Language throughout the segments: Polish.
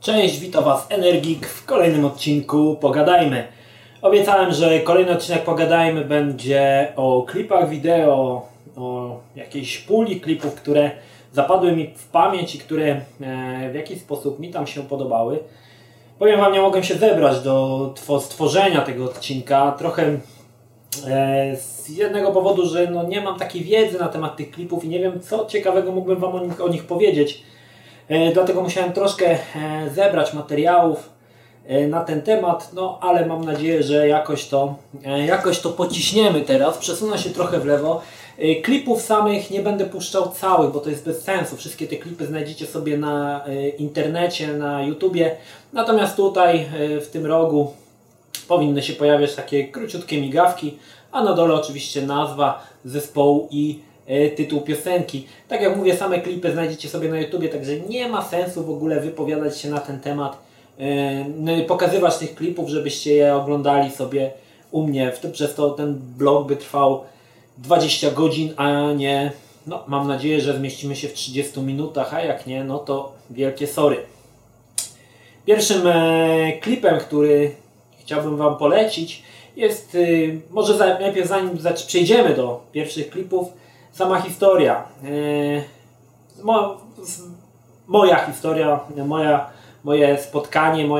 Cześć, witam Was Energik w kolejnym odcinku Pogadajmy. Obiecałem, że kolejny odcinek Pogadajmy będzie o klipach wideo, o jakiejś puli klipów, które zapadły mi w pamięć i które w jakiś sposób mi tam się podobały. Powiem Wam, nie mogłem się zebrać do stworzenia tego odcinka. Trochę z jednego powodu, że nie mam takiej wiedzy na temat tych klipów i nie wiem, co ciekawego mógłbym Wam o nich powiedzieć. Dlatego musiałem troszkę zebrać materiałów na ten temat, ale mam nadzieję, że jakoś to pociśniemy teraz. Przesunę się trochę w lewo. Klipów samych nie będę puszczał całych, bo to jest bez sensu. Wszystkie te klipy znajdziecie sobie na internecie, na YouTubie. Natomiast tutaj w tym rogu powinny się pojawiać takie króciutkie migawki, a na dole oczywiście nazwa zespołu i tytuł piosenki. Tak jak mówię, same klipy znajdziecie sobie na YouTubie, także nie ma sensu w ogóle wypowiadać się na ten temat, pokazywać tych klipów, żebyście je oglądali sobie u mnie. Przez to ten vlog by trwał 20 godzin, a nie, mam nadzieję, że zmieścimy się w 30 minutach, a jak nie, to wielkie sorry. Pierwszym klipem, który chciałbym Wam polecić, jest, może najpierw zanim przejdziemy do pierwszych klipów, sama historia. Moja historia, moje spotkanie,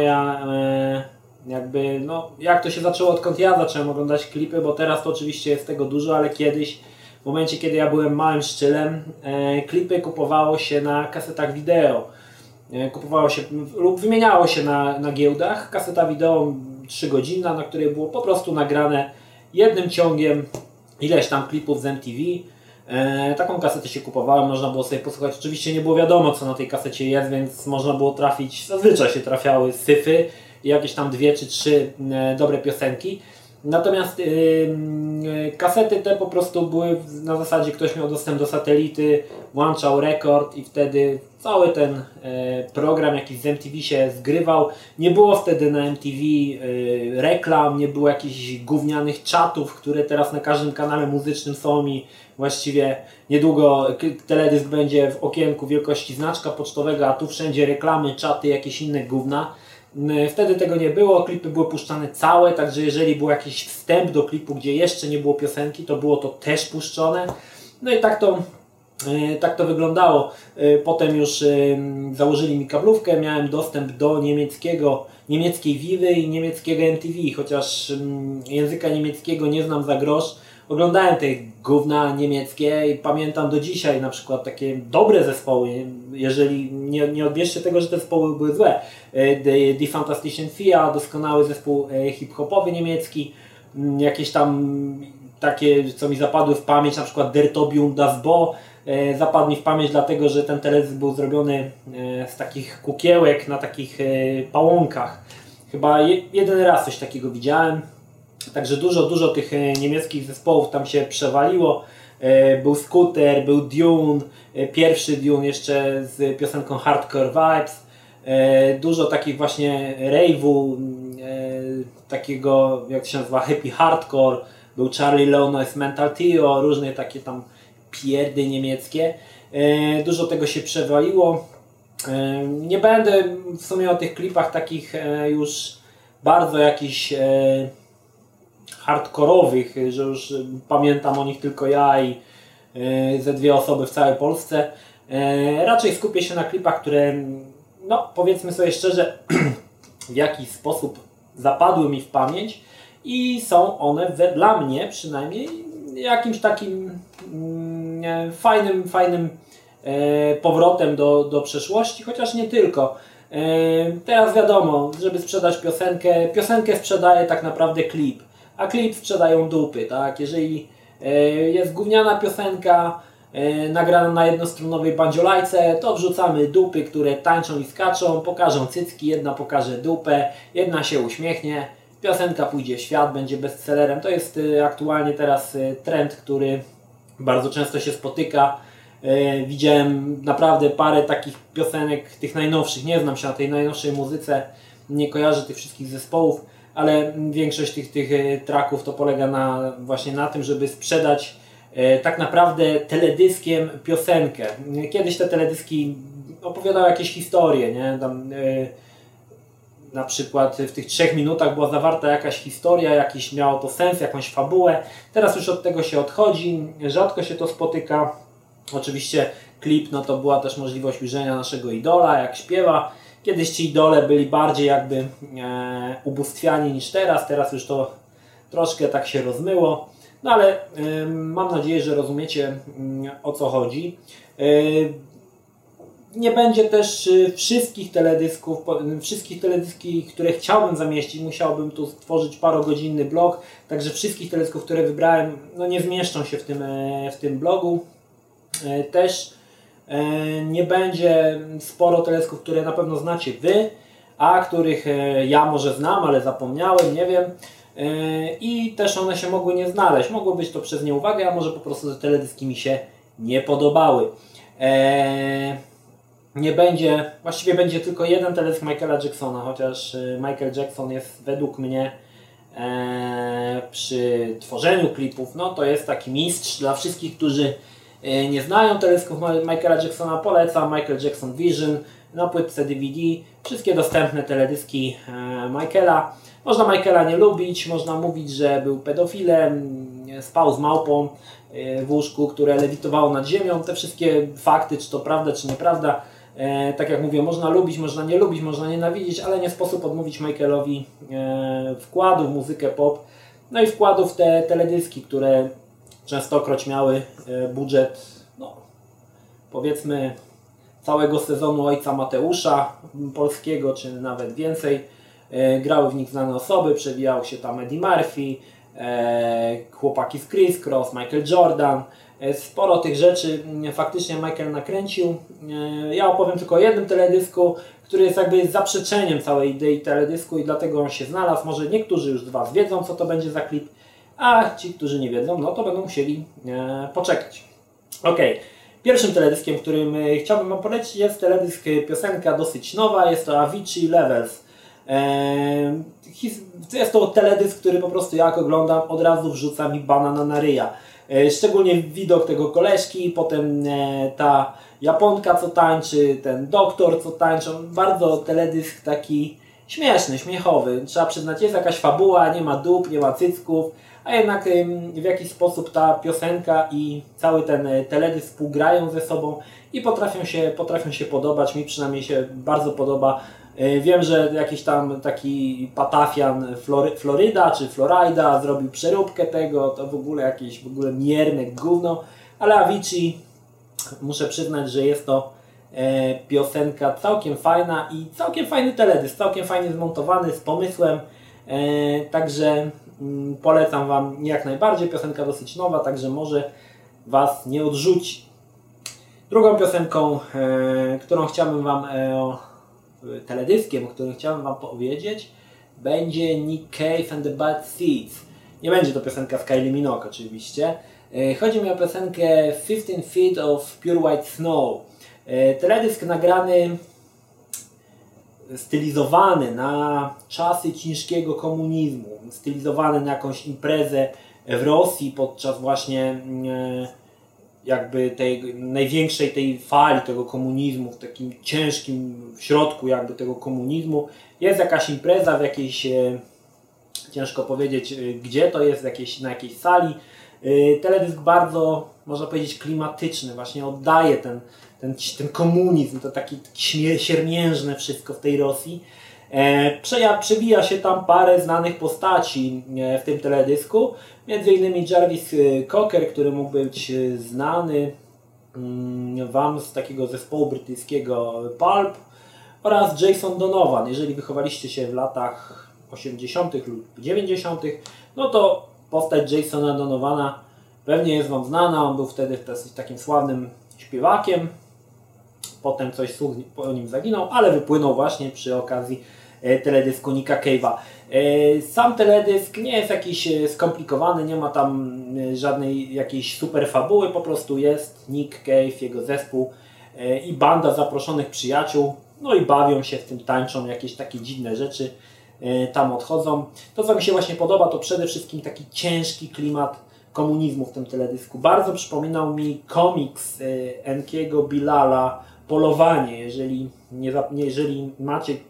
jak to się zaczęło, odkąd ja zacząłem oglądać klipy, bo teraz to oczywiście jest tego dużo, ale kiedyś, w momencie kiedy ja byłem małym szczylem, klipy kupowało się na kasetach wideo. Kupowało się lub wymieniało się na giełdach. Kaseta wideo 3-godzinna, na której było po prostu nagrane jednym ciągiem ileś tam klipów z MTV. Taką kasetę się kupowało, można było sobie posłuchać. Oczywiście nie było wiadomo, co na tej kasecie jest, więc można było trafić, zazwyczaj się trafiały syfy i jakieś tam 2 czy 3 dobre piosenki. Natomiast kasety te po prostu były na zasadzie, ktoś miał dostęp do satelity, włączał rekord i wtedy cały ten program jakiś z MTV się zgrywał. Nie było wtedy na MTV reklam, nie było jakichś gównianych czatów, które teraz na każdym kanale muzycznym są i właściwie niedługo teledysk będzie w okienku wielkości znaczka pocztowego, a tu wszędzie reklamy, czaty, jakieś inne gówna. Wtedy tego nie było, klipy były puszczane całe, także jeżeli był jakiś wstęp do klipu, gdzie jeszcze nie było piosenki, to było to też puszczone. No i tak to wyglądało. Potem już założyli mi kablówkę, miałem dostęp do niemieckiej Vivy i niemieckiego MTV, chociaż języka niemieckiego nie znam za grosz. Oglądałem te gówna niemieckie i pamiętam do dzisiaj na przykład takie dobre zespoły, jeżeli nie odbierzcie tego, że te zespoły były złe. Die Fantastischen Vier, doskonały zespół hip-hopowy niemiecki, jakieś tam takie, co mi zapadły w pamięć, na przykład Der Tobi das Bo, zapadł mi w pamięć dlatego, że ten teledysk był zrobiony z takich kukiełek na takich pałąkach. Chyba jeden raz coś takiego widziałem. Także dużo tych niemieckich zespołów tam się przewaliło. Był Scooter, był Dune, pierwszy Dune jeszcze z piosenką Hardcore Vibes. Dużo takich właśnie rave'u, takiego jak to się nazywa Happy Hardcore. Był Charlie Leono's Mental Tio, różne takie tam pierdy niemieckie. Dużo tego się przewaliło. Nie będę w sumie o tych klipach takich już bardzo jakichś hardkorowych, że już pamiętam o nich tylko ja i ze 2 osoby w całej Polsce. Raczej skupię się na klipach, które powiedzmy sobie szczerze w jakiś sposób zapadły mi w pamięć i są one dla mnie przynajmniej jakimś takim fajnym powrotem do przeszłości, chociaż nie tylko. Teraz wiadomo, żeby sprzedać piosenkę sprzedaje tak naprawdę klip, a klip sprzedają dupy, tak? Jeżeli jest gówniana piosenka nagrana na jednostrunowej bandziolajce, to wrzucamy dupy, które tańczą i skaczą, pokażą cycki, jedna pokaże dupę, jedna się uśmiechnie, piosenka pójdzie w świat, będzie bestsellerem. To jest aktualnie teraz trend, który bardzo często się spotyka. Widziałem naprawdę parę takich piosenek, tych najnowszych, nie znam się na tej najnowszej muzyce, nie kojarzę tych wszystkich zespołów, ale większość tych tracków to polega właśnie na tym, żeby sprzedać tak naprawdę teledyskiem piosenkę. Kiedyś te teledyski opowiadały jakieś historie, nie? Tam, na przykład w tych 3 minutach była zawarta jakaś historia, jakiś miało to sens, jakąś fabułę. Teraz już od tego się odchodzi, rzadko się to spotyka. Oczywiście klip, no to była też możliwość ujrzenia naszego idola, jak śpiewa. Kiedyś ci idole byli bardziej jakby ubóstwiani niż teraz, teraz już to troszkę tak się rozmyło. No ale mam nadzieję, że rozumiecie, o co chodzi. Nie będzie też wszystkich teledyski, które chciałbym zamieścić, musiałbym tu stworzyć parogodzinny blog, także wszystkich teledysków, które wybrałem, no nie zmieszczą się w tym blogu. Też nie będzie sporo teledysków, które na pewno znacie Wy, a których ja może znam, ale zapomniałem, nie wiem. I też one się mogły nie znaleźć. Mogło być to przez nieuwagę, a może po prostu te teledyski mi się nie podobały. Nie będzie, właściwie będzie tylko jeden teledysk Michaela Jacksona, chociaż Michael Jackson jest według mnie przy tworzeniu klipów, no to jest taki mistrz dla wszystkich, którzy nie znają teledysków Michaela Jacksona. Polecam Michael Jackson Vision na płytce DVD, wszystkie dostępne teledyski Michaela. Można Michaela nie lubić, można mówić, że był pedofilem, spał z małpą w łóżku, które lewitowało nad ziemią. Te wszystkie fakty, czy to prawda, czy nieprawda, tak jak mówię, można lubić, można nie lubić, można nienawidzić, ale nie sposób odmówić Michaelowi wkładu w muzykę pop, no i wkładu w te teledyski, które częstokroć miały budżet, no, powiedzmy całego sezonu Ojca Mateusza polskiego, czy nawet więcej. Grały w nich znane osoby, przewijał się tam Eddie Murphy, chłopaki z Criss Cross, Michael Jordan. Sporo tych rzeczy faktycznie Michael nakręcił. Ja opowiem tylko o jednym teledysku, który jest jakby zaprzeczeniem całej idei teledysku i dlatego on się znalazł. Może niektórzy już z Was wiedzą, co to będzie za klip, a ci, którzy nie wiedzą, no to będą musieli poczekać. Ok. Pierwszym teledyskiem, którym chciałbym Wam polecić, jest teledysk, piosenka dosyć nowa, jest to Avicii Levels. Jest to teledysk, który po prostu jak oglądam, od razu wrzuca mi banana na ryja. Szczególnie widok tego koleżki, potem ta Japonka, co tańczy, ten doktor, co tańczą. Bardzo teledysk taki śmieszny, śmiechowy. Trzeba przyznać, jest jakaś fabuła, nie ma dup, nie ma cycków, a jednak w jakiś sposób ta piosenka i cały ten teledysk współgrają ze sobą i potrafią się podobać. Mi przynajmniej się bardzo podoba. Wiem, że jakiś tam taki patafian Floryda czy Florida zrobił przeróbkę tego, to w ogóle mierne gówno, ale Avicii, muszę przyznać, że jest to piosenka całkiem fajna i całkiem fajny teledysk, całkiem fajnie zmontowany, z pomysłem, także polecam Wam jak najbardziej, piosenka dosyć nowa, także może Was nie odrzuci. Drugą piosenką, którą chciałbym Wam teledyskiem, o którym chciałem Wam powiedzieć, będzie Nick Cave and the Bad Seeds. Nie będzie to piosenka z Kylie Minogue oczywiście. Chodzi mi o piosenkę 15 Feet of Pure White Snow. Teledysk nagrany, stylizowany na czasy ciężkiego komunizmu, stylizowany na jakąś imprezę w Rosji podczas właśnie jakby tej największej tej fali tego komunizmu, w takim ciężkim środku jakby tego komunizmu. Jest jakaś impreza w jakiejś, ciężko powiedzieć gdzie to jest, na jakiejś sali. Teledysk bardzo, można powiedzieć, klimatyczny, właśnie oddaje ten komunizm, to takie siermiężne wszystko w tej Rosji. Przebija się tam parę znanych postaci w tym teledysku, między innymi Jarvis Cocker, który mógł być znany Wam z takiego zespołu brytyjskiego Pulp, oraz Jason Donovan. Jeżeli wychowaliście się w latach 80. lub 90., no to postać Jasona Donovana pewnie jest Wam znana. On był wtedy takim sławnym śpiewakiem, potem coś słuch po nim zaginął, ale wypłynął właśnie przy okazji teledysku Nicka Cave'a. Sam teledysk nie jest jakiś skomplikowany, nie ma tam żadnej jakiejś super fabuły, po prostu jest Nick Cave, jego zespół i banda zaproszonych przyjaciół, no i bawią się w tym, tańczą, jakieś takie dziwne rzeczy tam odchodzą. To, co mi się właśnie podoba, to przede wszystkim taki ciężki klimat komunizmu w tym teledysku. Bardzo przypominał mi komiks Enkiego Bilala Polowanie. Jeżeli macie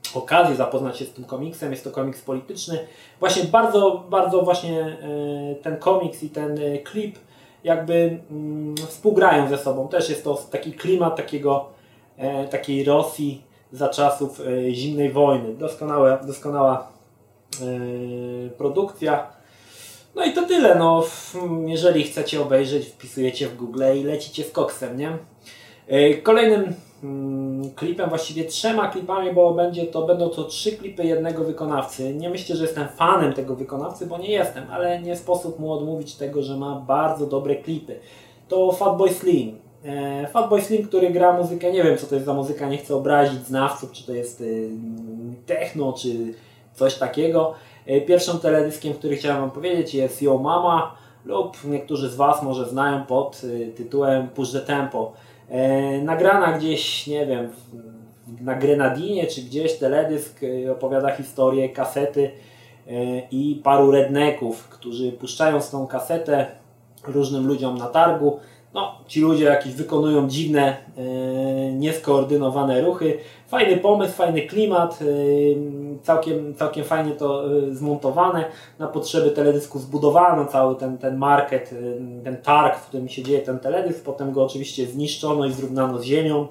okazję zapoznać się z tym komiksem. Jest to komiks polityczny. Właśnie bardzo właśnie ten komiks i ten klip jakby współgrają ze sobą. Też jest to taki klimat takiej Rosji za czasów zimnej wojny. Doskonała produkcja. No i to tyle. No, jeżeli chcecie obejrzeć, wpisujecie w Google i lecicie z koksem, nie? Kolejnym klipem, właściwie 3 klipami, bo będą to 3 klipy jednego wykonawcy. Nie myślę, że jestem fanem tego wykonawcy, bo nie jestem, ale nie sposób mu odmówić tego, że ma bardzo dobre klipy. To Fatboy Slim. Fatboy Slim, który gra muzykę, nie wiem co to jest za muzyka, nie chcę obrazić znawców, czy to jest techno, czy coś takiego. Pierwszym teledyskiem, który chciałem Wam powiedzieć, jest Yo Mama, lub niektórzy z Was może znają pod tytułem Push the Tempo. Nagrana gdzieś, nie wiem, na Grenadinie czy gdzieś teledysk opowiada historię kasety i paru redneków, którzy puszczają z tą kasetę różnym ludziom na targu. No, ci ludzie jakieś wykonują dziwne, nieskoordynowane ruchy. Fajny pomysł, fajny klimat, całkiem fajnie to zmontowane. Na potrzeby teledysku zbudowano cały ten market, ten targ, w którym się dzieje ten teledysk. Potem go oczywiście zniszczono i zrównano z ziemią.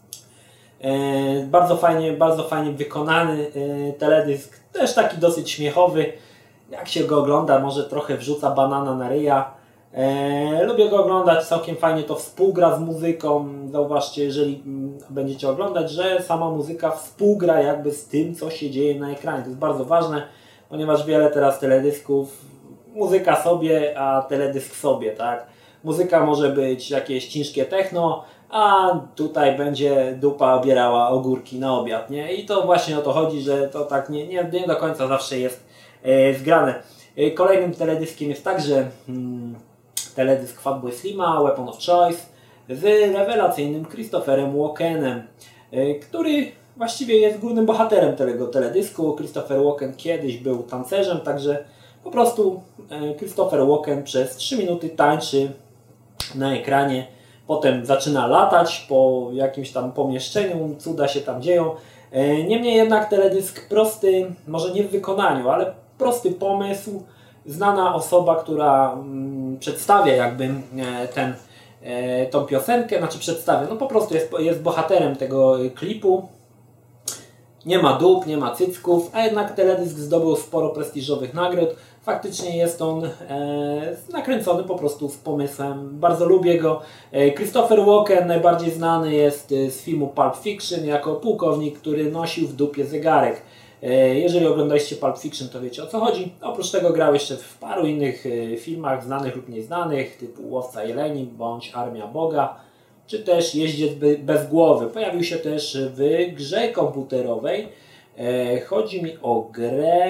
Bardzo fajnie wykonany teledysk, też taki dosyć śmiechowy. Jak się go ogląda, może trochę wrzuca banana na ryja. Lubię go oglądać, całkiem fajnie to współgra z muzyką. Zauważcie, jeżeli będziecie oglądać, że sama muzyka współgra jakby z tym, co się dzieje na ekranie. To jest bardzo ważne, ponieważ wiele teraz teledysków, muzyka sobie, a teledysk sobie, tak? Muzyka może być jakieś ciężkie techno, a tutaj będzie dupa obierała ogórki na obiad, nie? I to właśnie o to chodzi, że to tak nie do końca zawsze jest zgrane. Kolejnym teledyskiem jest także teledysk Fatboy Slima, Weapon of Choice, z rewelacyjnym Christopherem Walkenem, który właściwie jest głównym bohaterem tego teledysku. Christopher Walken kiedyś był tancerzem, także po prostu Christopher Walken przez 3 minuty tańczy na ekranie, potem zaczyna latać po jakimś tam pomieszczeniu, cuda się tam dzieją. Niemniej jednak teledysk prosty, może nie w wykonaniu, ale prosty pomysł, znana osoba, która przedstawia jakby tą piosenkę, znaczy przedstawia, no po prostu jest bohaterem tego klipu. Nie ma dup, nie ma cycków, a jednak teledysk zdobył sporo prestiżowych nagród. Faktycznie jest on nakręcony po prostu z pomysłem. Bardzo lubię go. Christopher Walken najbardziej znany jest z filmu Pulp Fiction jako pułkownik, który nosił w dupie zegarek. Jeżeli oglądaliście Pulp Fiction, to wiecie o co chodzi. Oprócz tego grał jeszcze w paru innych filmach, znanych lub nieznanych, typu Łowca Jeleni bądź Armia Boga, czy też Jeździec bez głowy. Pojawił się też w grze komputerowej. Chodzi mi o grę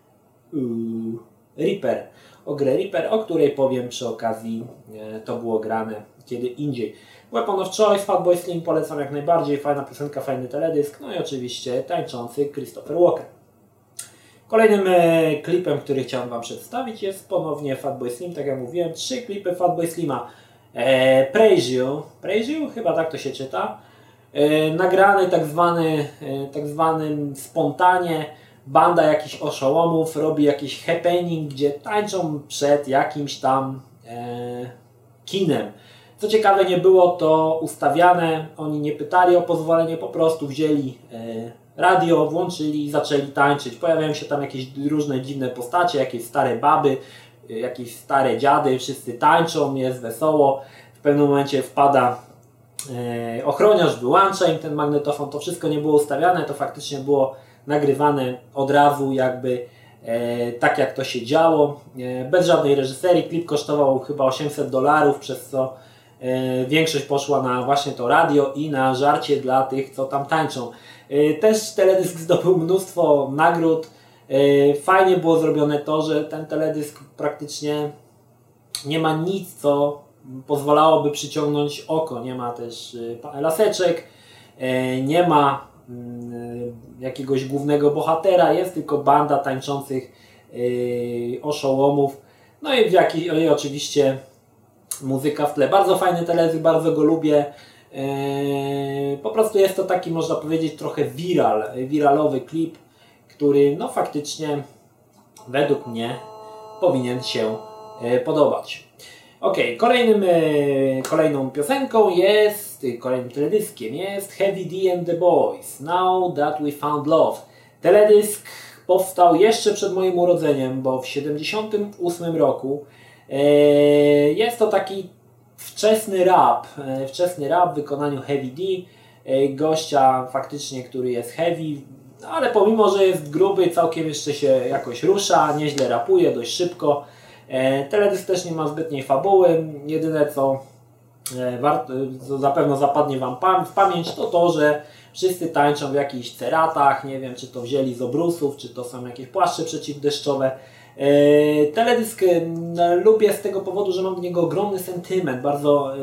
Reaper. O grę Reaper, o której powiem przy okazji, to było grane kiedy indziej. Weapon of Choice, Fatboy Slim polecam jak najbardziej, fajna piosenka, fajny teledysk, no i oczywiście tańczący Christopher Walken. Kolejnym klipem, który chciałem Wam przedstawić, jest ponownie Fatboy Slim, tak jak mówiłem, 3 klipy Fatboy Slima. Praise You, chyba tak to się czyta, nagrany tak zwanym spontanie, banda jakichś oszołomów robi jakiś happening, gdzie tańczą przed jakimś tam kinem. Co ciekawe, nie było to ustawiane, oni nie pytali o pozwolenie, po prostu wzięli radio, włączyli i zaczęli tańczyć. Pojawiają się tam jakieś różne dziwne postacie, jakieś stare baby, jakieś stare dziady, wszyscy tańczą, jest wesoło. W pewnym momencie wpada ochroniarz, wyłącza im ten magnetofon, to wszystko nie było ustawiane, to faktycznie było nagrywane od razu jakby tak jak to się działo, bez żadnej reżyserii. Klip kosztował chyba $800, przez co większość poszła na właśnie to radio i na żarcie dla tych, co tam tańczą. Też teledysk zdobył mnóstwo nagród. Fajnie było zrobione to, że ten teledysk praktycznie nie ma nic, co pozwalałoby przyciągnąć oko. Nie ma też laseczek, nie ma jakiegoś głównego bohatera, jest tylko banda tańczących oszołomów. No i oczywiście muzyka w tle. Bardzo fajny teledysk, bardzo go lubię. Po prostu jest to taki, można powiedzieć, trochę wiralowy klip, który no faktycznie według mnie powinien się podobać. Ok, kolejną piosenką jest, kolejnym teledyskiem jest Heavy D and the Boys, Now That We Found Love. Teledysk powstał jeszcze przed moim urodzeniem, bo w 1978 roku. Jest to taki wczesny rap w wykonaniu Heavy D, gościa faktycznie, który jest heavy, ale pomimo, że jest gruby, całkiem jeszcze się jakoś rusza, nieźle rapuje, dość szybko. Teledysk też nie ma zbytniej fabuły, jedyne co zapewne zapadnie Wam w pamięć, to to, że wszyscy tańczą w jakichś ceratach, nie wiem czy to wzięli z obrusów, czy to są jakieś płaszcze przeciwdeszczowe. Teledysk lubię z tego powodu, że mam do niego ogromny sentyment. Bardzo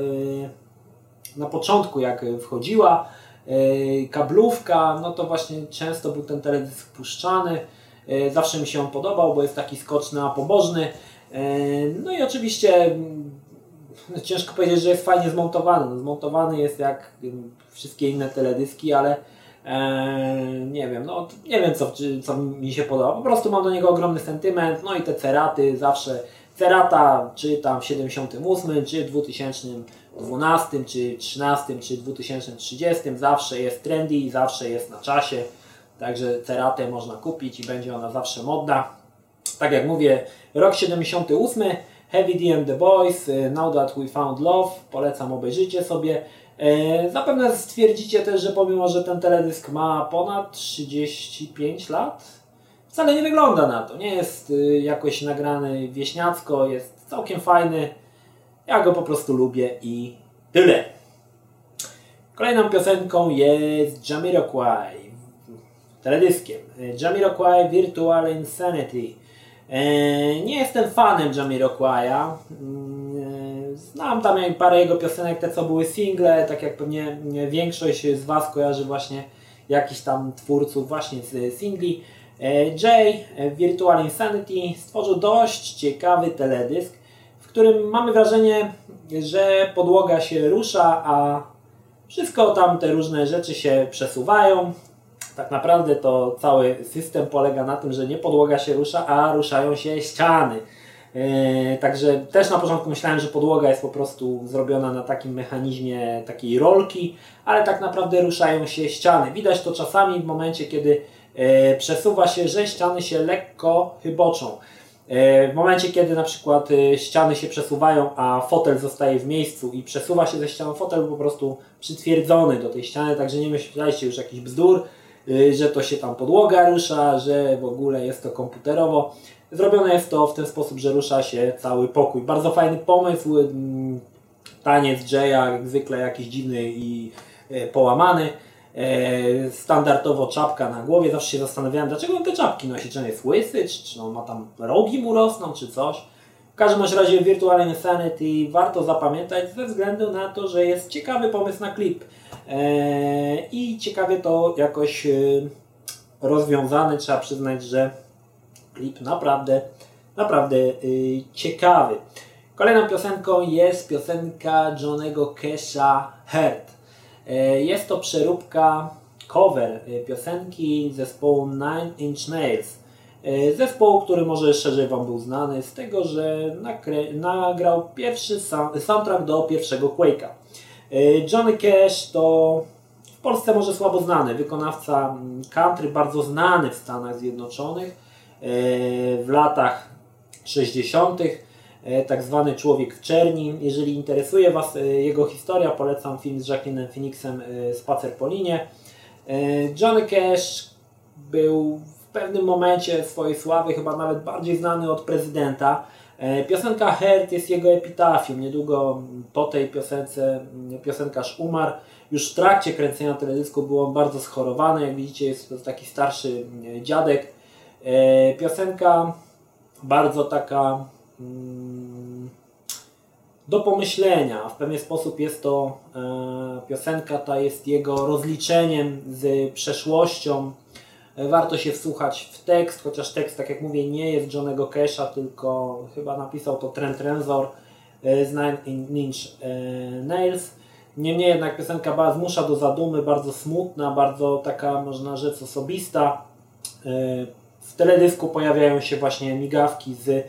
na początku jak wchodziła kablówka, no to właśnie często był ten teledysk puszczany. Zawsze mi się on podobał, bo jest taki skoczny, a pobożny. No i oczywiście ciężko powiedzieć, że jest fajnie zmontowany. No, zmontowany jest jak wszystkie inne teledyski, ale nie wiem, co mi się podoba. Po prostu mam do niego ogromny sentyment. No i te ceraty zawsze. Cerata czy tam w 78, czy w 2012, czy 13, czy 2030 zawsze jest trendy i zawsze jest na czasie. Także ceratę można kupić i będzie ona zawsze modna. Tak jak mówię, rok 78, Heavy D and the Boys, Now That We Found Love, polecam, obejrzyjcie sobie. Zapewne stwierdzicie też, że pomimo, że ten teledysk ma ponad 35 lat, wcale nie wygląda na to. Nie jest jakoś nagrany wieśniacko, jest całkiem fajny. Ja go po prostu lubię i tyle. Kolejną piosenką jest Jamiroquai, teledyskiem. Jamiroquai Virtual Insanity. Nie jestem fanem Jamiroquai'a. Znam tam parę jego piosenek, te co były single, tak jak pewnie większość z Was kojarzy właśnie jakichś tam twórców właśnie z singli. Jay Virtual Insanity stworzył dość ciekawy teledysk, w którym mamy wrażenie, że podłoga się rusza, a wszystko tam te różne rzeczy się przesuwają. Tak naprawdę to cały system polega na tym, że nie podłoga się rusza, a ruszają się ściany. Także też na początku myślałem, że podłoga jest po prostu zrobiona na takim mechanizmie takiej rolki, ale tak naprawdę ruszają się ściany. Widać to czasami w momencie, kiedy przesuwa się, że ściany się lekko chyboczą. W momencie, kiedy na przykład ściany się przesuwają, a fotel zostaje w miejscu i przesuwa się ze ścianą, fotel po prostu przytwierdzony do tej ściany, także nie myślajcie już jakichś bzdur, że to się tam podłoga rusza, że w ogóle jest to komputerowo. Zrobione jest to w ten sposób, że rusza się cały pokój. Bardzo fajny pomysł. Taniec Jaya, jak zwykle jakiś dziwny i połamany. Standardowo czapka na głowie. Zawsze się zastanawiałem, dlaczego on te czapki nosi. Czy on jest łysy, czy on ma tam rogi mu rosną, czy coś. W każdym razie Virtual Insanity warto zapamiętać ze względu na to, że jest ciekawy pomysł na klip. I ciekawie to jakoś rozwiązany. Trzeba przyznać, że klip naprawdę ciekawy. Kolejną piosenką jest piosenka Johnny'ego Casha Hurt. Jest to przeróbka, cover piosenki zespołu Nine Inch Nails. Zespołu, który może szerzej Wam był znany z tego, że nagrał pierwszy soundtrack do pierwszego Quake'a. Johnny Cash to w Polsce może słabo znany wykonawca country, bardzo znany w Stanach Zjednoczonych w latach 60. Tak zwany Człowiek w czerni. Jeżeli interesuje Was jego historia, polecam film z Joaquinem Phoenixem Spacer po linie. Johnny Cash był w pewnym momencie swojej sławy chyba nawet bardziej znany od prezydenta. Piosenka Hurt jest jego epitafium. Niedługo po tej piosence piosenkarz umarł. Już w trakcie kręcenia teledysku był on bardzo schorowany. Jak widzicie, jest to taki starszy dziadek. Piosenka bardzo taka do pomyślenia. W pewien sposób jest to piosenka, ta jest jego rozliczeniem z przeszłością. Warto się wsłuchać w tekst, chociaż tekst, tak jak mówię, nie jest Johnny'ego Casha, tylko chyba napisał to Trent Reznor z Nine Inch Nails. Niemniej jednak piosenka zmusza do zadumy, bardzo smutna, bardzo taka, można rzec, osobista. W teledysku pojawiają się właśnie migawki z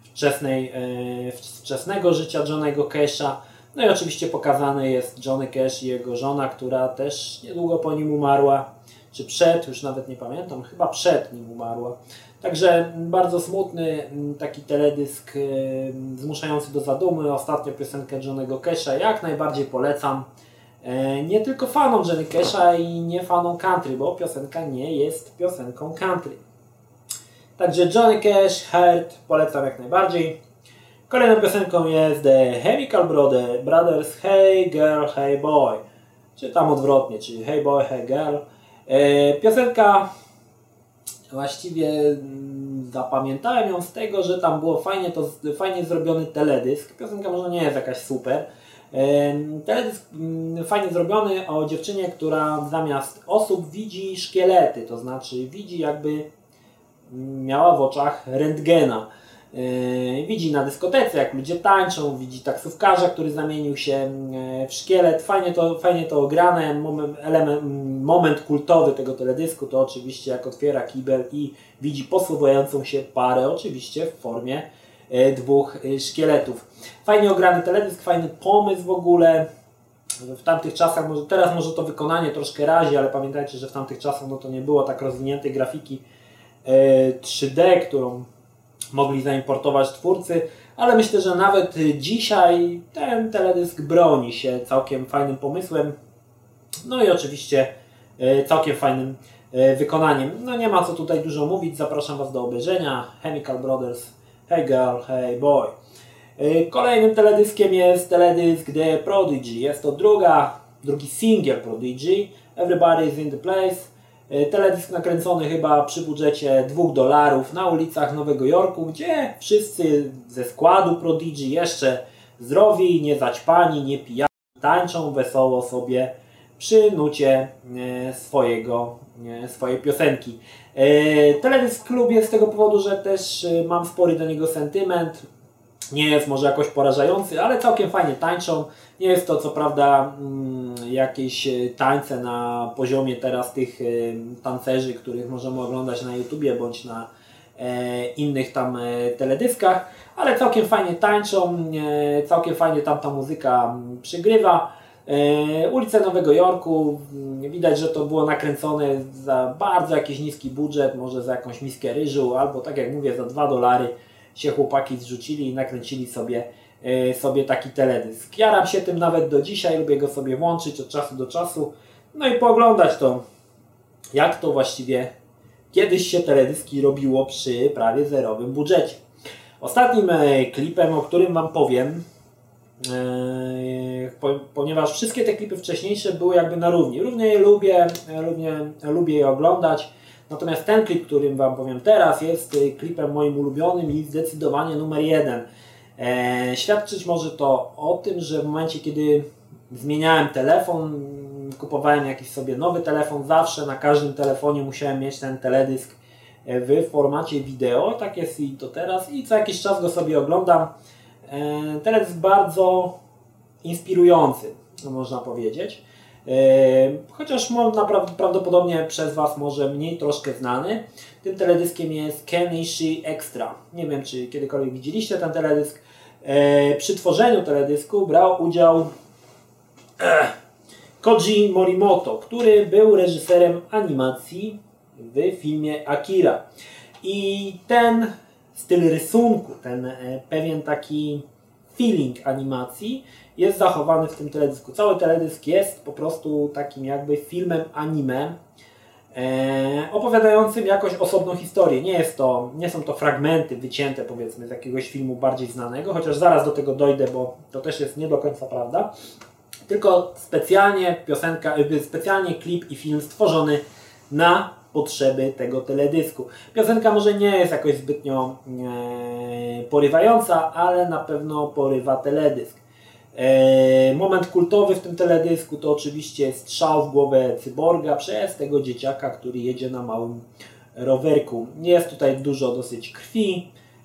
wczesnego życia Johnny'ego Casha. No i oczywiście pokazany jest Johnny Cash i jego żona, która też niedługo po nim umarła, czy przed, już nawet nie pamiętam, chyba przed nim umarła. Także bardzo smutny taki teledysk zmuszający do zadumy. Ostatnio piosenkę Johnny'ego Casha jak najbardziej polecam. Nie tylko fanom Johnny Casha i nie fanom country, bo piosenka nie jest piosenką country. Także Johnny Cash, Hurt polecam jak najbardziej. Kolejną piosenką jest The Chemical Brothers Hey Girl, Hey Boy. Czy tam odwrotnie, czyli Hey Boy, Hey Girl. Piosenka właściwie zapamiętałem ją z tego, że tam było fajnie zrobiony teledysk. Piosenka może nie jest jakaś super. Teledysk fajnie zrobiony o dziewczynie, która zamiast osób widzi szkielety, to znaczy widzi jakby miała w oczach rentgena. Widzi na dyskotece, jak ludzie tańczą, widzi taksówkarza, który zamienił się w szkielet. Fajnie to ograne. Moment kultowy tego teledysku to oczywiście jak otwiera kibel i widzi posuwającą się parę, oczywiście w formie dwóch szkieletów. Fajnie ograny teledysk, fajny pomysł w ogóle. W tamtych czasach, teraz może to wykonanie troszkę razi, ale pamiętajcie, że w tamtych czasach no to nie było tak rozwiniętej grafiki 3D, którą mogli zaimportować twórcy, ale myślę, że nawet dzisiaj ten teledysk broni się całkiem fajnym pomysłem, no i oczywiście całkiem fajnym wykonaniem. No nie ma co tutaj dużo mówić, zapraszam Was do obejrzenia. Chemical Brothers, Hey Girl, Hey Boy. Kolejnym teledyskiem jest teledysk The Prodigy. Jest to drugi singiel Prodigy, Everybody is in the Place. Teledysk nakręcony chyba przy budżecie $2 na ulicach Nowego Jorku, gdzie wszyscy ze składu Prodigy jeszcze zdrowi, nie zaćpani, nie pijani, tańczą wesoło sobie przy nucie swojej piosenki. Teledysk lubię z tego powodu, że też mam spory do niego sentyment. Nie jest może jakoś porażający, ale całkiem fajnie tańczą. Nie jest to co prawda jakieś tańce na poziomie teraz tych tancerzy, których możemy oglądać na YouTubie bądź na innych tam teledyskach, ale całkiem fajnie tańczą, całkiem fajnie tam ta muzyka przygrywa. Ulice Nowego Jorku, widać, że to było nakręcone za bardzo jakiś niski budżet, może za jakąś miskę ryżu, albo tak jak mówię, za $2 się chłopaki zrzucili i nakręcili sobie taki teledysk. Jaram się tym nawet do dzisiaj, lubię go sobie włączyć od czasu do czasu, no i pooglądać to, jak to właściwie kiedyś się teledyski robiło przy prawie zerowym budżecie. Ostatnim klipem, o którym Wam powiem, ponieważ wszystkie te klipy wcześniejsze były jakby na równi. Równie je lubię je oglądać. Natomiast ten klip, którym Wam powiem teraz, jest klipem moim ulubionym i zdecydowanie numer 1. Świadczyć może to o tym, że w momencie, kiedy zmieniałem telefon, kupowałem jakiś sobie nowy telefon, zawsze na każdym telefonie musiałem mieć ten teledysk w formacie wideo. Tak jest i to teraz i co jakiś czas go sobie oglądam. Teledysk bardzo inspirujący, można powiedzieć. Chociaż prawdopodobnie przez Was może mniej troszkę znany. Tym teledyskiem jest Kenichi Extra. Nie wiem, czy kiedykolwiek widzieliście ten teledysk. Przy tworzeniu teledysku brał udział Koji Morimoto, który był reżyserem animacji w filmie Akira. I ten styl rysunku, ten pewien taki feeling animacji jest zachowany w tym teledysku. Cały teledysk jest po prostu takim jakby filmem anime opowiadającym jakoś osobną historię. Nie są to fragmenty wycięte powiedzmy z jakiegoś filmu bardziej znanego, chociaż zaraz do tego dojdę, bo to też jest nie do końca prawda. Tylko specjalnie klip i film stworzony na potrzeby tego teledysku. Piosenka może nie jest jakoś zbytnio porywająca, ale na pewno porywa teledysk. Moment kultowy w tym teledysku to oczywiście strzał w głowę cyborga przez tego dzieciaka, który jedzie na małym rowerku. Jest tutaj dużo dosyć krwi,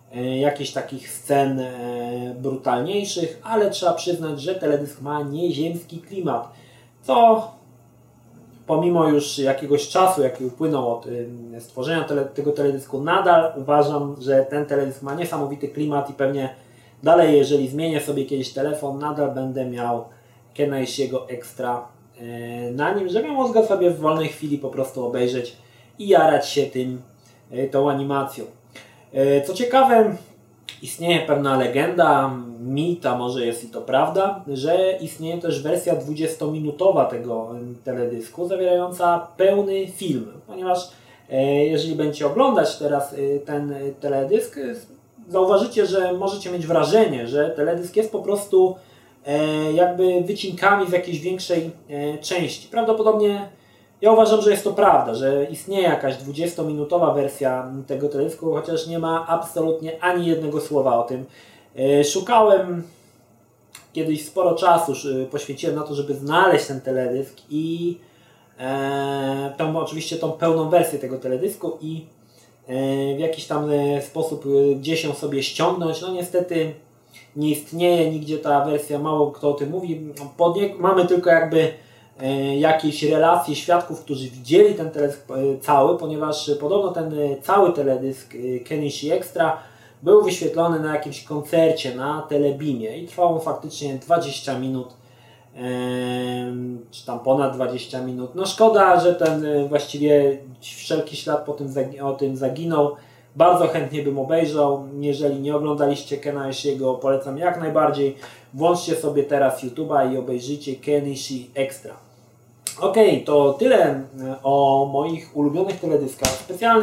jakichś takich scen brutalniejszych, ale trzeba przyznać, że teledysk ma nieziemski klimat, co pomimo już jakiegoś czasu, jaki upłynął od stworzenia tego teledysku, nadal uważam, że ten teledysk ma niesamowity klimat i pewnie dalej, jeżeli zmienię sobie kiedyś telefon, nadal będę miał Kenneishi'ego Extra na nim, żebym mógł go sobie w wolnej chwili po prostu obejrzeć i jarać się tą animacją. Co ciekawe, istnieje pewna legenda, mit, a może jest i to prawda, że istnieje też wersja 20-minutowa tego teledysku, zawierająca pełny film, ponieważ jeżeli będziecie oglądać teraz ten teledysk, zauważycie, że możecie mieć wrażenie, że teledysk jest po prostu jakby wycinkami z jakiejś większej części. Prawdopodobnie ja uważam, że jest to prawda, że istnieje jakaś 20-minutowa wersja tego teledysku, chociaż nie ma absolutnie ani jednego słowa o tym. Szukałem kiedyś, sporo czasu poświęciłem na to, żeby znaleźć ten teledysk i oczywiście tą pełną wersję tego teledysku i w jakiś tam sposób gdzieś ją sobie ściągnąć. No niestety nie istnieje nigdzie ta wersja, mało kto o tym mówi. Mamy tylko jakby jakieś relacje świadków, którzy widzieli ten teledysk cały, ponieważ podobno ten cały teledysk Kenneisi Extra był wyświetlony na jakimś koncercie na Telebimie i trwał on faktycznie 20 minut, czy tam ponad 20 minut. No szkoda, że ten właściwie wszelki ślad o tym zaginął. Bardzo chętnie bym obejrzał. Jeżeli nie oglądaliście Kenneishi'ego, polecam jak najbardziej. Włączcie sobie teraz YouTube'a i obejrzyjcie Kenneishi Extra. Ok, to tyle o moich ulubionych teledyskach.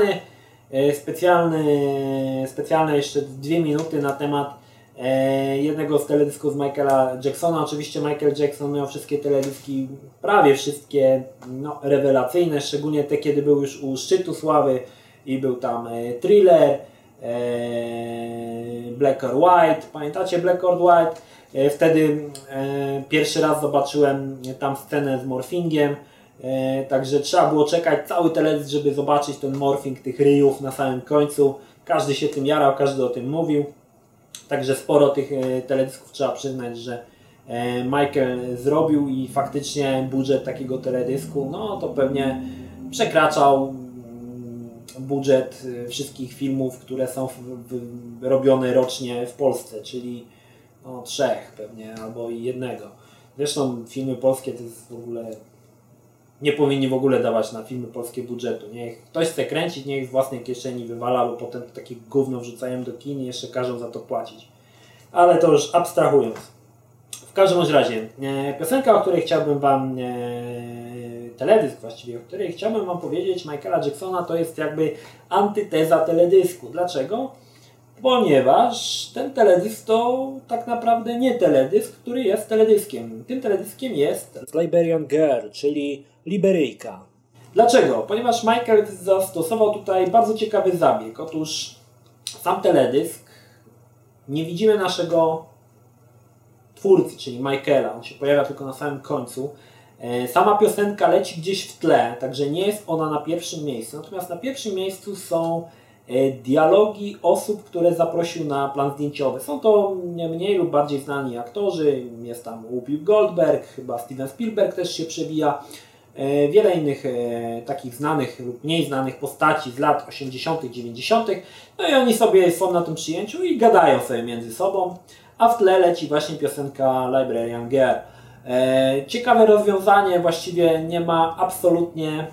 Specjalne jeszcze 2 minuty na temat jednego z teledysków z Michaela Jacksona. Oczywiście Michael Jackson miał wszystkie teledyski, prawie wszystkie rewelacyjne, szczególnie te, kiedy był już u szczytu sławy i był tam Thriller, Black or White. Pamiętacie Black or White? Wtedy pierwszy raz zobaczyłem tam scenę z morfingiem, także trzeba było czekać cały teledysk, żeby zobaczyć ten morfing tych ryjów na samym końcu. Każdy się tym jarał, każdy o tym mówił. Także sporo tych teledysków trzeba przyznać, że Michael zrobił i faktycznie budżet takiego teledysku, no to pewnie przekraczał budżet wszystkich filmów, które są robione rocznie w Polsce, czyli 3 pewnie, albo i 1. Zresztą filmy polskie to jest w ogóle... Nie powinni w ogóle dawać na filmy polskie budżetu. Niech ktoś chce kręcić, niech z własnej kieszeni wywala, bo potem takie gówno wrzucają do kin i jeszcze każą za to płacić. Ale to już abstrahując. W każdym razie, piosenka, o której chciałbym Wam, teledysk właściwie, o której chciałbym Wam powiedzieć, Michaela Jacksona, to jest jakby antyteza teledysku. Dlaczego? Ponieważ ten teledysk to tak naprawdę nie teledysk, który jest teledyskiem. Tym teledyskiem jest Liberian Girl, czyli Liberyjka. Dlaczego? Ponieważ Michael zastosował tutaj bardzo ciekawy zabieg. Otóż sam teledysk, nie widzimy naszego twórcy, czyli Michaela. On się pojawia tylko na samym końcu. Sama piosenka leci gdzieś w tle, także nie jest ona na pierwszym miejscu. Natomiast na pierwszym miejscu są dialogi osób, które zaprosił na plan zdjęciowy. Są to mniej lub bardziej znani aktorzy. Jest tam Whoopi Goldberg, chyba Steven Spielberg też się przewija. Wiele innych takich znanych lub mniej znanych postaci z lat 80., 90. No i oni sobie są na tym przyjęciu i gadają sobie między sobą, a w tle leci właśnie piosenka Liberian Girl. Ciekawe rozwiązanie, właściwie nie ma absolutnie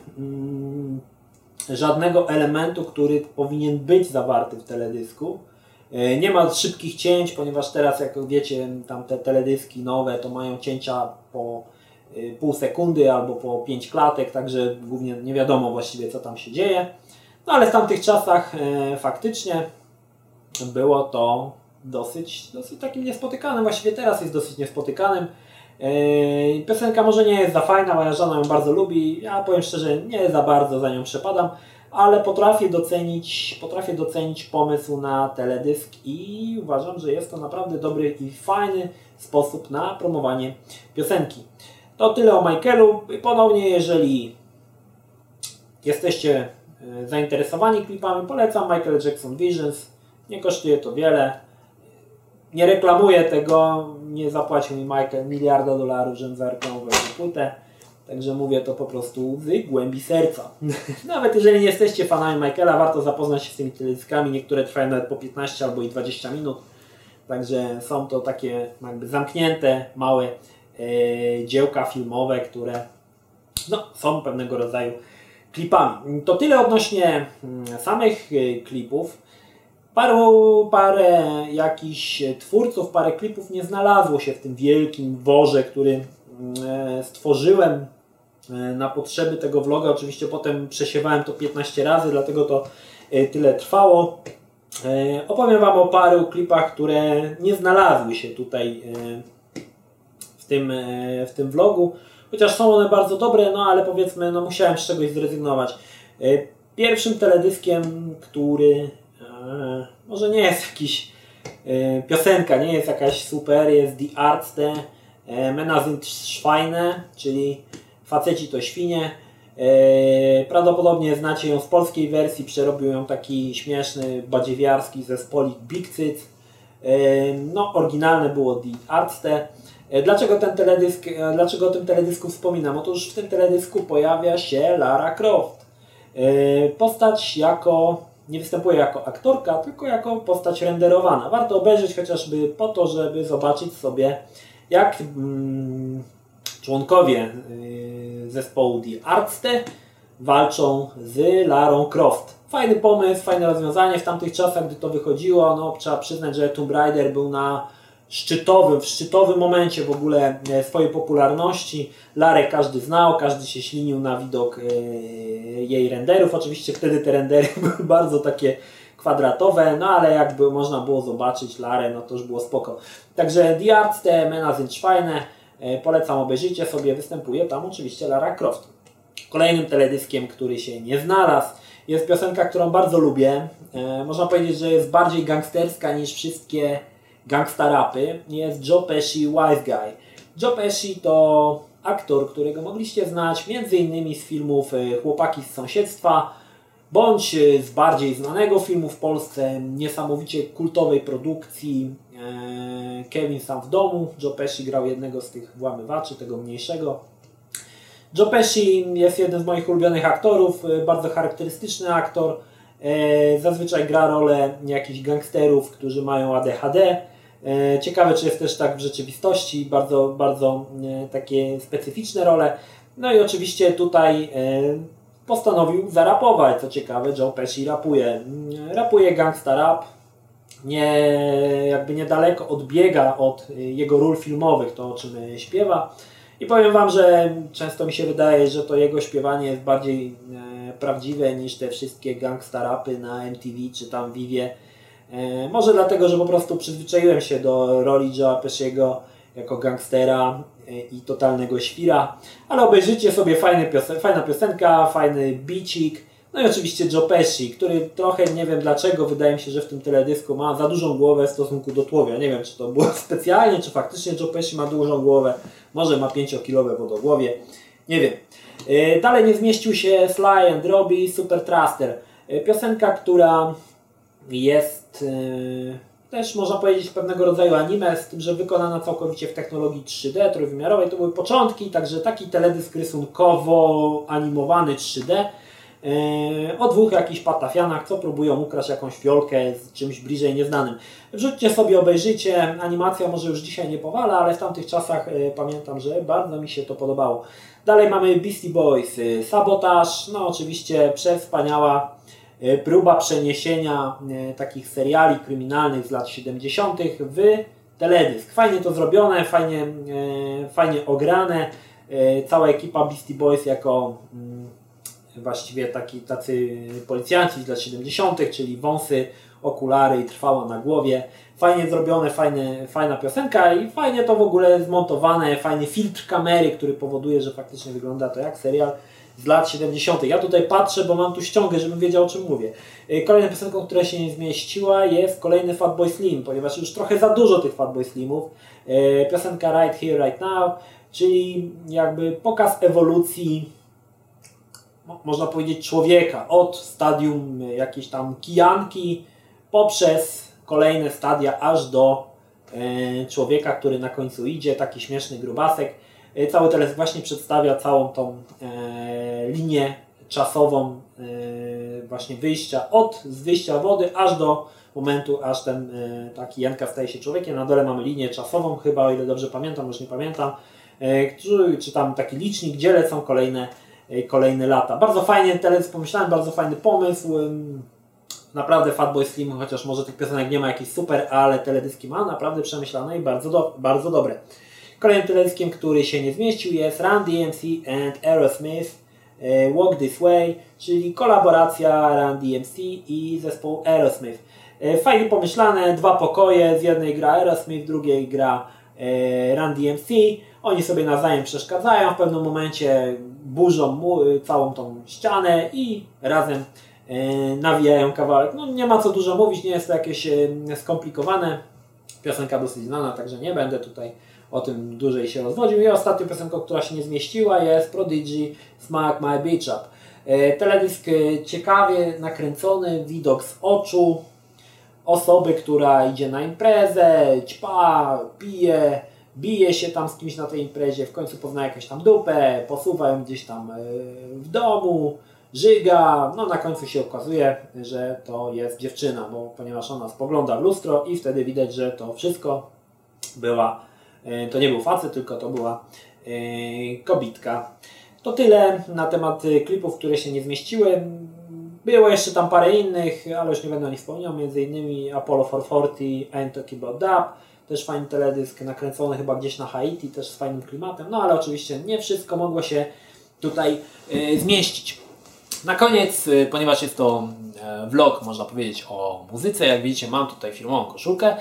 żadnego elementu, który powinien być zawarty w teledysku. Nie ma szybkich cięć, ponieważ teraz, jak wiecie, tam te teledyski nowe to mają cięcia po pół sekundy albo po 5 klatek, także głównie nie wiadomo właściwie, co tam się dzieje. No ale w tamtych czasach faktycznie było to dosyć takim niespotykanym, właściwie teraz jest dosyć niespotykanym. Piosenka może nie jest za fajna, moja żona ją bardzo lubi, ja powiem szczerze, nie za bardzo za nią przepadam, ale potrafię docenić pomysł na teledysk i uważam, że jest to naprawdę dobry i fajny sposób na promowanie piosenki. To tyle o Michaelu. Ponownie, jeżeli jesteście zainteresowani klipami, polecam Michael Jackson Visions. Nie kosztuje to wiele. Nie reklamuję tego, nie zapłacił mi Michael miliarda dolarów, żebym zareklamował tę płytę. Także mówię to po prostu z głębi serca. Nawet jeżeli nie jesteście fanami Michaela, warto zapoznać się z tymi teledyskami. Niektóre trwają nawet po 15 albo i 20 minut. Także są to takie jakby zamknięte, małe dziełka filmowe, które są pewnego rodzaju klipami. To tyle odnośnie samych klipów. Parę jakichś twórców, parę klipów nie znalazło się w tym wielkim worze, który stworzyłem na potrzeby tego vloga. Oczywiście potem przesiewałem to 15 razy, dlatego to tyle trwało. Opowiem Wam o paru klipach, które nie znalazły się tutaj w tym vlogu. Chociaż są one bardzo dobre, ale powiedzmy, musiałem z czegoś zrezygnować. Pierwszym teledyskiem, który może nie jest jakiś piosenka, nie jest jakaś super, jest Die Ärzte, Männer sind Schweine, czyli Faceci to świnie. Prawdopodobnie znacie ją z polskiej wersji, przerobił ją taki śmieszny, badziewiarski zespolik Big Cyc. Oryginalne było Die Ärzte. Dlaczego o tym teledysku wspominam? Otóż w tym teledysku pojawia się Lara Croft. Postać nie występuje jako aktorka, tylko jako postać renderowana. Warto obejrzeć chociażby po to, żeby zobaczyć sobie, jak członkowie zespołu Die Ärzte walczą z Larą Croft. Fajny pomysł, fajne rozwiązanie. W tamtych czasach, gdy to wychodziło, trzeba przyznać, że Tomb Raider był w szczytowym momencie w ogóle swojej popularności. Larę każdy znał, każdy się ślinił na widok jej renderów. Oczywiście wtedy te rendery były bardzo takie kwadratowe, ale jakby można było zobaczyć Larę, to już było spoko. Także Die Ärzte, Männer sind Schweine, polecam, obejrzyjcie sobie, występuje tam oczywiście Lara Croft. Kolejnym teledyskiem, który się nie znalazł, jest piosenka, którą bardzo lubię. Można powiedzieć, że jest bardziej gangsterska niż wszystkie gangsta rapy. Jest Joe Pesci, Wise Guy. Joe Pesci to aktor, którego mogliście znać m.in. z filmów Chłopaki z sąsiedztwa, bądź z bardziej znanego filmu w Polsce, niesamowicie kultowej produkcji Kevin sam w domu. Joe Pesci grał jednego z tych włamywaczy, tego mniejszego. Joe Pesci jest jeden z moich ulubionych aktorów, bardzo charakterystyczny aktor. Zazwyczaj gra rolę jakichś gangsterów, którzy mają ADHD. Ciekawe, czy jest też tak w rzeczywistości, bardzo, bardzo takie specyficzne role. I oczywiście tutaj postanowił zarapować, co ciekawe, Joe Pesci rapuje gangsta rap, jakby niedaleko odbiega od jego ról filmowych, to o czym śpiewa. I powiem Wam, że często mi się wydaje, że to jego śpiewanie jest bardziej prawdziwe niż te wszystkie gangsta rapy na MTV czy tam Vivie. Może dlatego, że po prostu przyzwyczaiłem się do roli Joe'a Pesciego jako gangstera i totalnego świra. Ale obejrzyjcie sobie, fajna piosenka, fajny bicik. I oczywiście Joe Pesci, który trochę, nie wiem dlaczego, wydaje mi się, że w tym teledysku ma za dużą głowę w stosunku do tułowia. Nie wiem, czy to było specjalnie, czy faktycznie Joe Pesci ma dużą głowę. Może ma 5-kilowe wodogłowie. Nie wiem. Dalej nie zmieścił się Sly and Robbie, Super Thruster. Piosenka, która jest też, można powiedzieć, pewnego rodzaju anime, z tym, że wykonana całkowicie w technologii 3D, trójwymiarowej. To były początki, także taki teledysk rysunkowo animowany 3D o dwóch jakichś patafianach, co próbują ukraść jakąś fiolkę z czymś bliżej nieznanym. Wrzućcie sobie, obejrzyjcie. Animacja może już dzisiaj nie powala, ale w tamtych czasach pamiętam, że bardzo mi się to podobało. Dalej mamy Beastie Boys, Sabotage, oczywiście przewspaniała próba przeniesienia takich seriali kryminalnych z lat 70. w teledysk. Fajnie to zrobione, fajnie ograne. Cała ekipa Beastie Boys jako właściwie tacy policjanci z lat 70., czyli wąsy, okulary i trwała na głowie. Fajnie zrobione, fajna piosenka i fajnie to w ogóle zmontowane, fajny filtr kamery, który powoduje, że faktycznie wygląda to jak serial z lat 70. Ja tutaj patrzę, bo mam tu ściągę, żebym wiedział, o czym mówię. Kolejną piosenką, która się nie zmieściła, jest kolejny Fatboy Slim, ponieważ już trochę za dużo tych Fatboy Slimów. Piosenka Right Here, Right Now, czyli jakby pokaz ewolucji, można powiedzieć, człowieka od stadium jakiejś tam kijanki poprzez kolejne stadia aż do człowieka, który na końcu idzie, taki śmieszny grubasek. Cały teledysk właśnie przedstawia całą tą linię czasową właśnie wyjścia z wyjścia wody aż do momentu, aż ten taki Janka staje się człowiekiem. Na dole mamy linię czasową, chyba o ile dobrze pamiętam, już nie pamiętam, czy tam taki licznik, gdzie lecą kolejne lata. Bardzo fajnie teledysk pomyślałem, bardzo fajny pomysł. Naprawdę Fatboy Slim, chociaż może tych piosenek nie ma jakichś super, ale teledyski ma naprawdę przemyślane i bardzo dobre. Kolejnym teledyskiem, który się nie zmieścił, jest Run DMC and Aerosmith Walk This Way, czyli kolaboracja Run DMC i zespołu Aerosmith. Fajnie pomyślane, 2 pokoje, z jednej gra Aerosmith, z drugiej gra Run DMC. Oni sobie nawzajem przeszkadzają, w pewnym momencie burzą całą tą ścianę i razem nawijają kawałek. No nie ma co dużo mówić, nie jest to jakieś skomplikowane. Piosenka dosyć znana, także nie będę tutaj o tym dłużej się rozwodził. I ostatnią piosenką, która się nie zmieściła, jest Prodigy Smack My Bitch Up. Teledysk ciekawie nakręcony, widok z oczu osoby, która idzie na imprezę, ćpa, pije, bije się tam z kimś na tej imprezie, w końcu pozna jakąś tam dupę, posuwa ją gdzieś tam w domu, żyga, no na końcu się okazuje, że to jest dziewczyna, ponieważ ona spogląda w lustro i wtedy widać, że to wszystko to nie był facet, tylko to była kobitka. To tyle na temat klipów, które się nie zmieściły. Było jeszcze tam parę innych, ale już nie będę o nich wspomniał, między innymi Apollo 440, I'm Talking About Dub, też fajny teledysk, nakręcony chyba gdzieś na Haiti, też z fajnym klimatem, no ale oczywiście nie wszystko mogło się tutaj zmieścić. Na koniec, ponieważ jest to vlog, można powiedzieć, o muzyce, jak widzicie mam tutaj firmową koszulkę.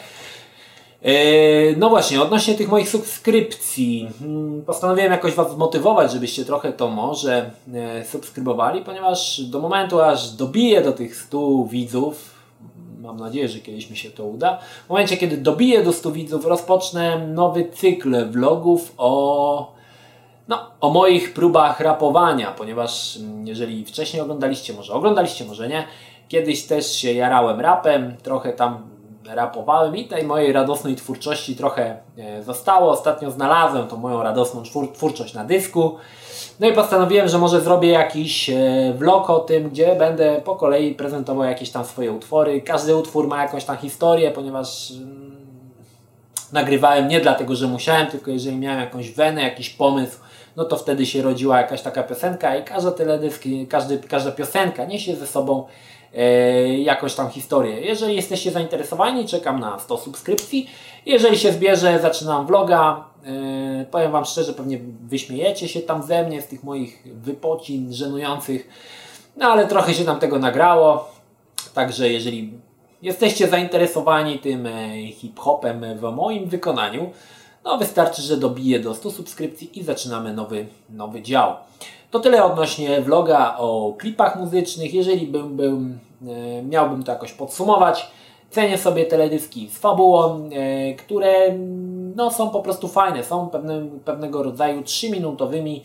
No właśnie, odnośnie tych moich subskrypcji, postanowiłem jakoś Was zmotywować, żebyście trochę to może subskrybowali, ponieważ do momentu, aż dobiję do tych 100 widzów, mam nadzieję, że kiedyś mi się to uda, w momencie, kiedy dobiję do 100 widzów, rozpocznę nowy cykl vlogów o moich próbach rapowania, ponieważ jeżeli wcześniej oglądaliście, może nie, kiedyś też się jarałem rapem, trochę tam rapowałem i tej mojej radosnej twórczości trochę zostało. Ostatnio znalazłem tą moją radosną twórczość na dysku. No i postanowiłem, że może zrobię jakiś vlog o tym, gdzie będę po kolei prezentował jakieś tam swoje utwory. Każdy utwór ma jakąś tam historię, ponieważ nagrywałem nie dlatego, że musiałem, tylko jeżeli miałem jakąś wenę, jakiś pomysł, no to wtedy się rodziła jakaś taka piosenka i każda teledysk, każda piosenka niesie ze sobą jakąś tam historię. Jeżeli jesteście zainteresowani, czekam na 100 subskrypcji. Jeżeli się zbierze, zaczynam vloga. Powiem Wam szczerze, pewnie wyśmiejecie się tam ze mnie, z tych moich wypocin żenujących. No ale trochę się tam tego nagrało. Także jeżeli jesteście zainteresowani tym hip-hopem w moim wykonaniu, no wystarczy, że dobiję do 100 subskrypcji i zaczynamy nowy dział. To tyle odnośnie vloga o klipach muzycznych. Jeżeli miałbym to jakoś podsumować, cenię sobie teledyski z fabułą, które są po prostu fajne. Są pewnego rodzaju 3-minutowymi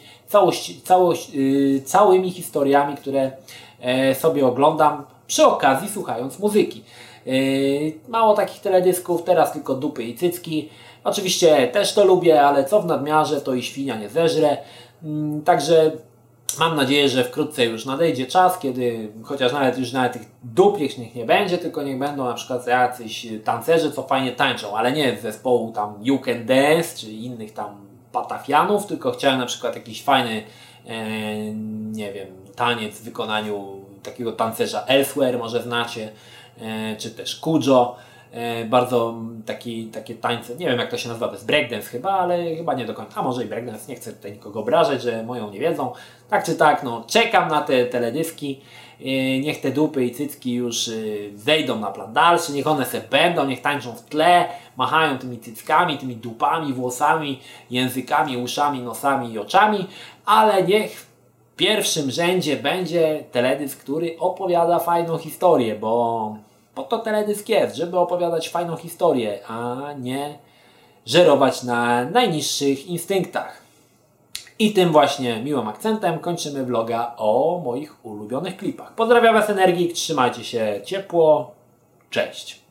całymi historiami, które sobie oglądam przy okazji słuchając muzyki. Mało takich teledysków, teraz tylko dupy i cycki. Oczywiście też to lubię, ale co w nadmiarze, to i świnia nie zeżre. Także mam nadzieję, że wkrótce już nadejdzie czas, kiedy chociaż nawet tych dup niech nie będzie, tylko niech będą na przykład jacyś tancerze, co fajnie tańczą, ale nie z zespołu tam You Can Dance, czy innych tam patafianów, tylko chciałem na przykład jakiś fajny, nie wiem, taniec w wykonaniu takiego tancerza Elsewhere, może znacie, czy też Kujo. Bardzo takie tańce, nie wiem jak to się nazywa, to jest breakdance chyba, ale chyba nie do końca, a może i breakdance, nie chcę tutaj nikogo obrażać, że moją nie wiedzą. Tak czy tak, no czekam na te teledyski, niech te dupy i cycki już zejdą na plan dalszy, niech one se będą, niech tańczą w tle, machają tymi cyckami, tymi dupami, włosami, językami, uszami, nosami i oczami, ale niech w pierwszym rzędzie będzie teledysk, który opowiada fajną historię, bo to teledysk jest, żeby opowiadać fajną historię, a nie żerować na najniższych instynktach. I tym właśnie miłym akcentem kończymy vloga o moich ulubionych klipach. Pozdrawiam Was Energik, trzymajcie się ciepło, cześć!